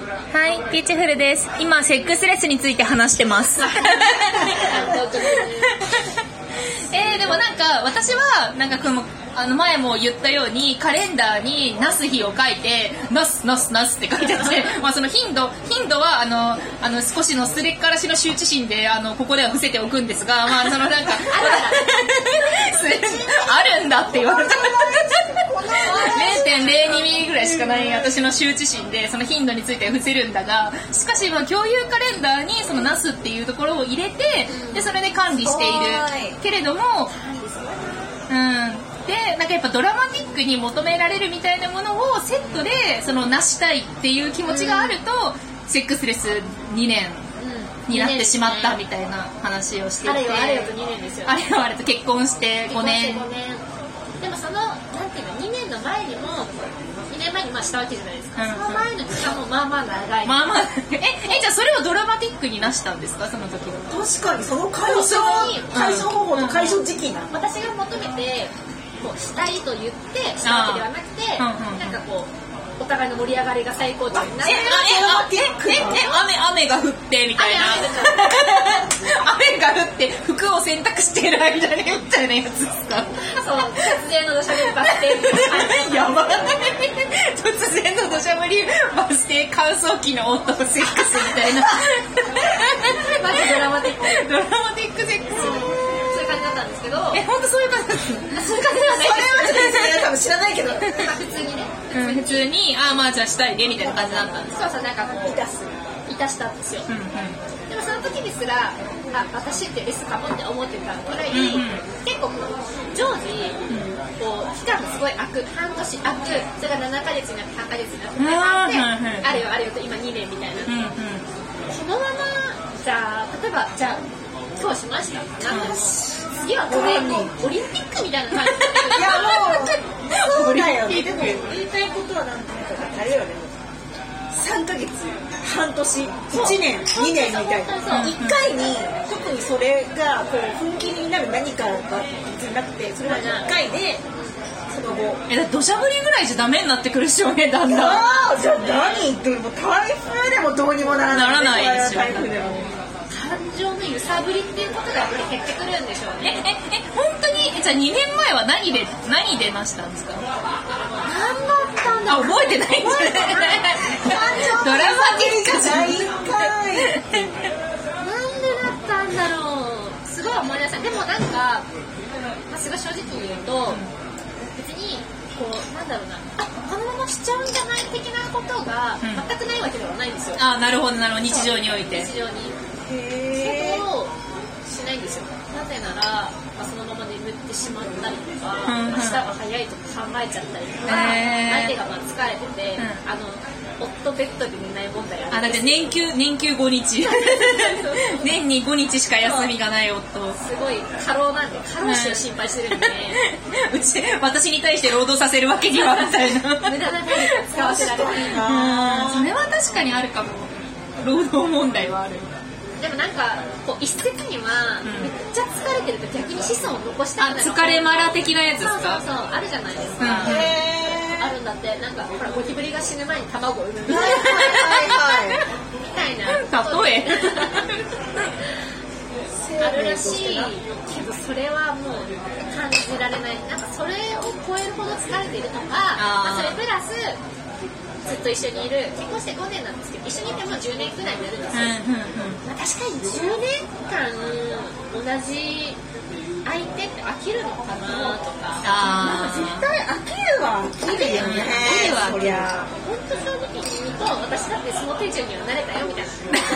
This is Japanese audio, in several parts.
はい、ピーチフルです。今セックスレスについて話してますでもなんか私はなんか前も言ったようにカレンダーにナス日を書いてナスって書いてあってまあその頻度は少しのすれっからしの羞恥心でここでは伏せておくんですが、まあそのなんかあるんだって言われた0.02 ミリぐらいしかない私の羞恥心でその頻度については伏せるんだが、しかしまあ共有カレンダーにそのナスっていうところを入れて、でそれで管理しているけれども、でなんかやっぱドラマティックに求められるみたいなものをセットでその成したいっていう気持ちがあると、セックスレス2年になってしまったみたいな話をしていて、 あれよと2年ですよね。 あれよあれと結婚して5年でもそのなんていうの2年の前にも2年前にしたわけじゃないですか、その前の時間もまあまあ長い、 じゃあそれをドラマティックになしたんですか、その時は。 確かにその解消方法と解消時期な、 私が求めてこうしたいと言ってしたわけではなくて、なんかこうお互いの盛り上がりが最高潮になって雨が降ってみたいな雨が降って服を洗濯している間にみたいなやつですか。 そう突然の土砂降りバス停やばい突然の土砂降りバス停乾燥機の音セックスみたいなまずドラマティックセックス、 そういう感じだったんですけど、 本当そういう感じですね。 そういう感じではない多分知らないけど普通にね、 普通にまあじゃあしたいねみたいな感じだったんです。 そうなんかこういたしたんですよ、でもその時ですら私ってレスかもって思ってたぐらい、結構こう常時こう期間がすごい空く、半年空く、それが7ヶ月になって3ヶ月になってあるよと今2年みたいな、このままじゃあ例えばじゃあ今日しましたなんか次は5年後オリンピックみたいな感じでいやもうそうだよね。でも言いたいことはなんていうかあれよね、3ヶ月半年1年2年みたいな、1回に特にそれがこう踏ん切りになる何かが別になくて、それは1回でその後土砂降りぐらいじゃダメになってくるでしょうね、だんだん。 じゃあ何言ってるの、台風でもどうにもならないですよ。 台風でも感情の揺さぶりっていうことがやっぱり減ってくるんでしょうね。 本当にじゃあ2年前は何でなしたんですか。 何だったんだろう、 覚えてないんじゃないドラマティックじゃんなんでだったんだろう、すごい思い出した。でもなんか、すごい正直に言うと、別にこうなんだろうな、このまましちゃうんじゃない的なことが全くないわけではないんですよ。 なるほど日常において。 日常にけどしないんですよ。なぜなら、そのまま眠ってしまったりとか、明日が早いとか考えちゃったりとか、相手が疲れてて、夫ベッドで寝ない問題あるんですよ。 だって年休5日年に5日しか休みがない夫、 すごい過労なんで過労死を心配してるんで、 私に対して労働させるわけにはみたいな無駄な体力使わせられない。 それは確かにあるかも。労働問題はある。 でもなんかこう一説には、めっちゃ疲れてると逆に子孫を残したいみたいな、 疲れマラ的なやつですか。 そうあるじゃないですか、あるんだって。なんかほらゴキブリが死ぬ前に卵を産むみたいな例えあるらしいけど、それはもう感じられない。なんかそれを超えるほど疲れてるとか、それプラスずっと一緒にいる、結婚して5年なんですけど、一緒にいても10年くらいになるんですよ、確かに10年間同じ相手って飽きるのかなとか、 絶対飽きるわ、飽きるよね。そりゃ本当正直に言うと、私だってその手順には慣れたよみたいな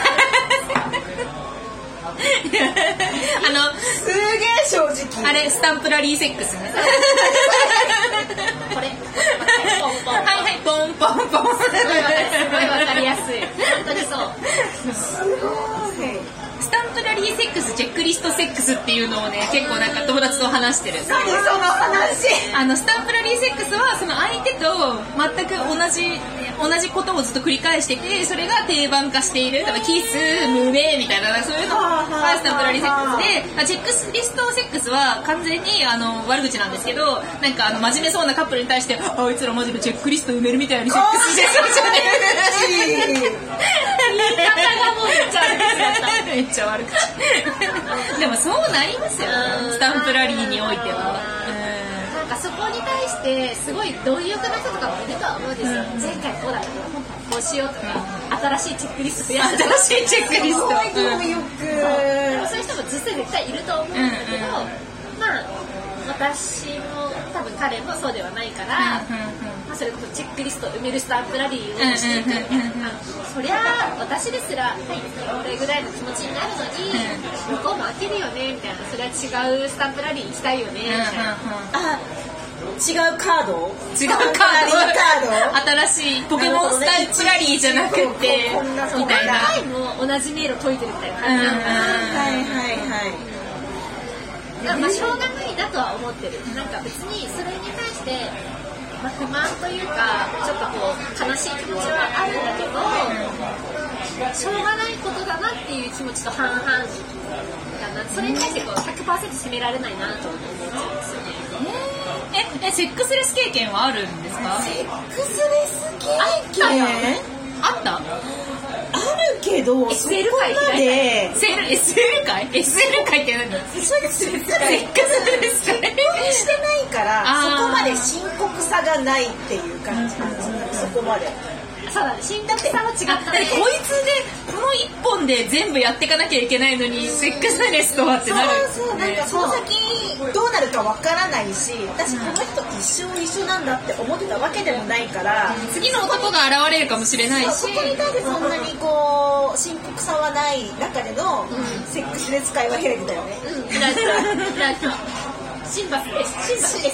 すげえ正直。 あれスタンプラリーセックスねこれはいポンポンポン、 すごいわかりやすい。本当にそう。 すごい。 スタンプラリーセックスチェックリストセックスっていうのをね、結構なんか友達と話してる。 何その話。 スタンプラリーセックスはその相手と全く同じことをずっと繰り返してて、それが定番化している。例えばキス、胸みたいな、そういうのがスタンプラリーセックスで、チェックリストセックスは完全に悪口なんですけど、なんか真面目そうなカップルに対して、あいつらマジでチェックリスト埋めるみたいにセックスしてるじゃねえめっちゃ悪口でもそうなりますよね、スタンプラリーにおいては。 なんかそこに対してすごい貪欲な人とかもいるとは思うんですよ、前回こうだったから今回こうしようとか、新しいチェックリスト増やすとか、 新しいチェックリスト、 貪欲、 そういう人も実際絶対いると思うんだけど、まあ私も多分彼もそうではないから、まあ、それこそチェックリストを埋めるスタンプラリーをしていく、そりゃ私ですら、はい、これぐらいの気持ちになるのに、向こうも開けるよねみたいな、それは違うスタンプラリー行きたいよねみたいな、 違うカード、 違うカード、新しいポケモンスタンプラリーじゃなくてみたいな、 何回も同じ迷路解いてるみたいな感じなのかな。まあしょうがないなとは思ってる。なんか別にそれに対して、まあ、不満というかちょっとこう悲しい気持ちはあるんだけど、しょうがないことだなっていう気持ちと半々かな。それに対してこう 100% 責められないなと思っちゃうんですよね。 セックスレス経験はあるんですか？ セックスレス経験あった？ あるけど、 SL 会開いて SL 会？ SL 会って何？ それセックスレス会してないからそこまで深刻さがないっていう感じなんですよ、そこまで。 そうだね、深刻さは違ったね。 こいつでこの一本で全部やっていかなきゃいけないのにセックスレスとはってなる。 そうなんかその先どうなるかわからないし、私この人一生一緒なんだって思ってたわけでもないから、 次の男が現れるかもしれないし、 そこに対してそんなにこう深刻さはない中でのセックスレス会は開いてたよね。 なんか新橋です。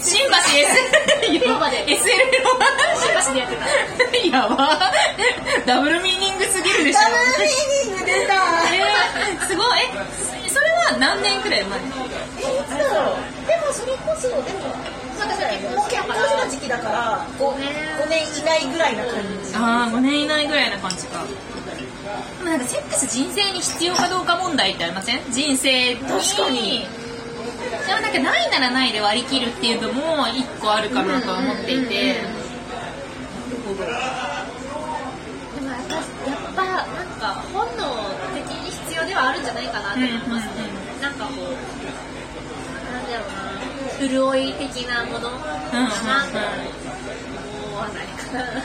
今まで SL の新橋でやってた。 やば。ダブルミーニングすぎるでしょ。 ダブルミーニング出た。 すごい。それは何年くらい前？ いつだろう。でもそれこそでももう結婚した時期だから5年以内ぐらいな感じ。 5年以内ぐらいな感じか。なんかセックス人生に必要かどうか問題ってありません？人生に。 確かに。 でもなんかないならないで割り切るっていうのも一個あるかなと思っていて、 でもやっぱなんか本能的に必要ではあるんじゃないかなって思いますね。なんかこうなんだろうな、潤い的なものかなと思わないかな。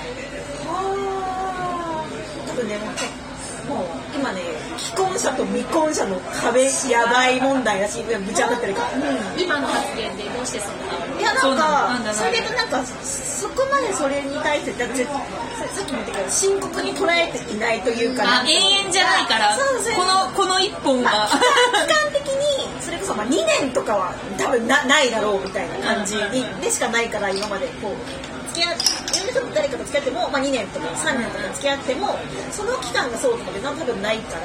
多分ね、もう今ね、既婚者と未婚者の壁やばい問題だし、ぶち当たってるから、 今の発言でどうしてそんな。 いやなんかそれでなんかそこまでそれに対してさっきも言ったけど深刻に捉えていないというか、 永遠じゃないからこの一本が期間的にそれこそ2年とかは多分ないだろうみたいな感じでしかないから、今までこう付き合って誰かと付き合っても、2年とか3年とか付き合ってもその期間がそうとかで多分ないから。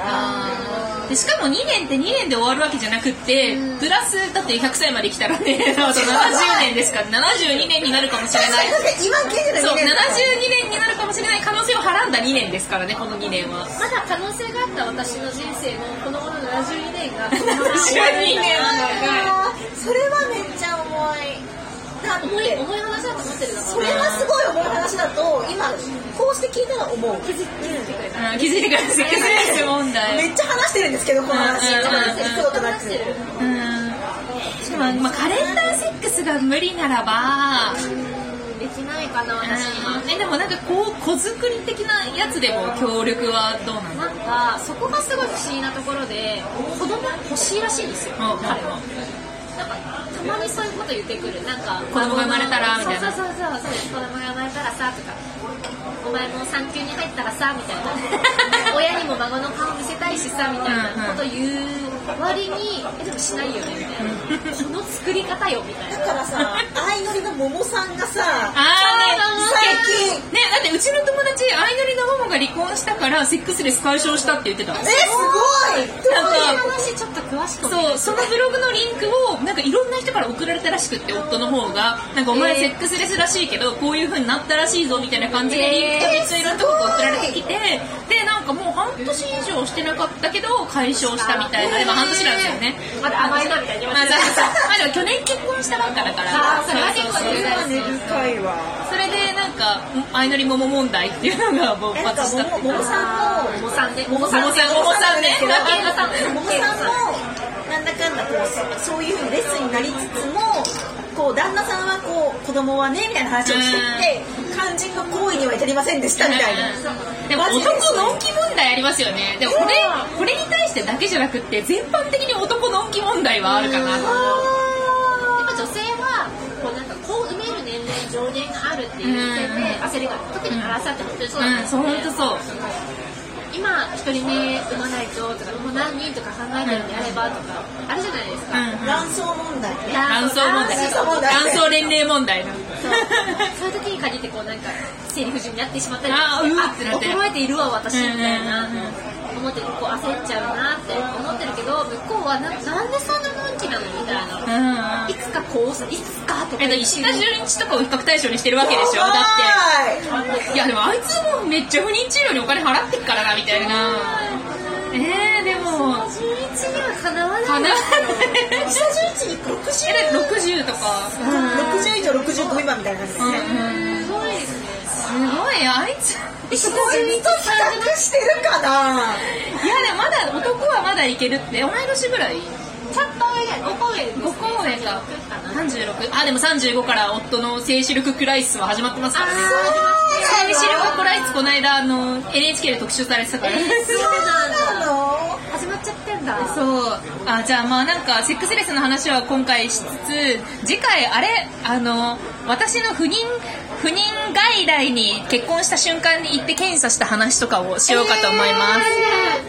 でしかも2年って2年で終わるわけじゃなくって、プラスだって100歳まで来たらねあと70年ですから72年になるかもしれない。 今92年 72年になるかもしれない可能性をはらんだ2年ですからね、この2年は。 まだ可能性があった私の人生のこの後の72年が 72年は長い。 それはめっちゃ重い。 重い話だと思ってるのかな。 それはすごい重い話だと今こうして聞いたら思う。 気づいてくれた。 気づいてくれた。セックスレス問題。 めっちゃ話してるんですけどこの話。幾度となく。 でもカレンダーセックスが無理ならばできないかな私今。 でもなんか子作り的なやつでも協力はどうなの？ なんかそこがすごい不思議なところで、子供欲しいらしいんですよ、彼は。なんかたまにそういうこと言ってくる。なんか子供が生まれたらみたいな。 そう子供が生まれたらさとか、お前も産休に入ったらさみたいな親にも孫の顔見せたいしさみたいなこと言う割にでもしないよねみたいなこの作り方よみたいな。 だからさ相乗りの桃さんがさ最近ね、だってうちの友達相乗りの桃が離婚したからセックスレス解消したって言ってた。 すごい。 なんか話ちょっと詳しく。 そのブログのリンクをなんかいろんな人から送られたらしくって、夫の方がなんかお前セックスレスらしいけどこういう風になったらしいぞみたいな感じでリンクがめっちゃいろんなとこ送られてきて、でなんかもう半年年以上してなかったけど解消したみたいな。でも半年なんですよね。 まだ甘いなみたいに言われてでも去年結婚したばっかだから。 それは結構それはね深いわ。 それでなんか相乗り桃問題っていうのが勃発したっていうか。 桃さんね桃さんもなんだかんだこうそういうふうにレスになりつつもこう旦那さんはこう子供はねみたいな話をしてて肝心の行為には至りませんでしたみたいな。 でも男のんき問題ありますよね。でもこれに対してだけじゃなくって全般的に男のんき問題はあるかな。 やっぱ女性はこうなんかこう産める年齢上限があるっていう時点で焦りが特にアラサーって本当にそうなんですよね。 本当そう。 今一人目産まないととかもう何人とか考えてるんであればとかあるじゃないですか。 卵巣問題ね。 卵巣卵巣年齢問題の。 そういう時に限ってこうなんか生理不順になってしまったり衰えているわ私みたいな思ってこう焦っちゃうなって思ってるけど向こうはなんでそんなのんきなのみたいな。いつかこうさいつかとか。 石田純一とかを比較対象にしてるわけでしょ。だっていやでもあいつもめっちゃ不妊治療にお金払ってっからなみたいな。でも石田純一にはかなわない。 石田純一に 60とか 60以上65未満みたいな感じですね。 すごいですね。 すごいあいつ石田純一と比較してるかな。 いやでもまだ男はまだいけるって同い年ぐらい。 ちょっと上5個上ですね。 5個上か36。でも35から夫の性シルククライスは始まってますからね。性シルククライスこの間NHK で特集されてたから。 そうなの始まっちゃってんだ。 そうじゃあまあなんかセックスレスの話は今回しつつ次回私の不妊外来に結婚した瞬間に行って検査した話とかをしようかと思います。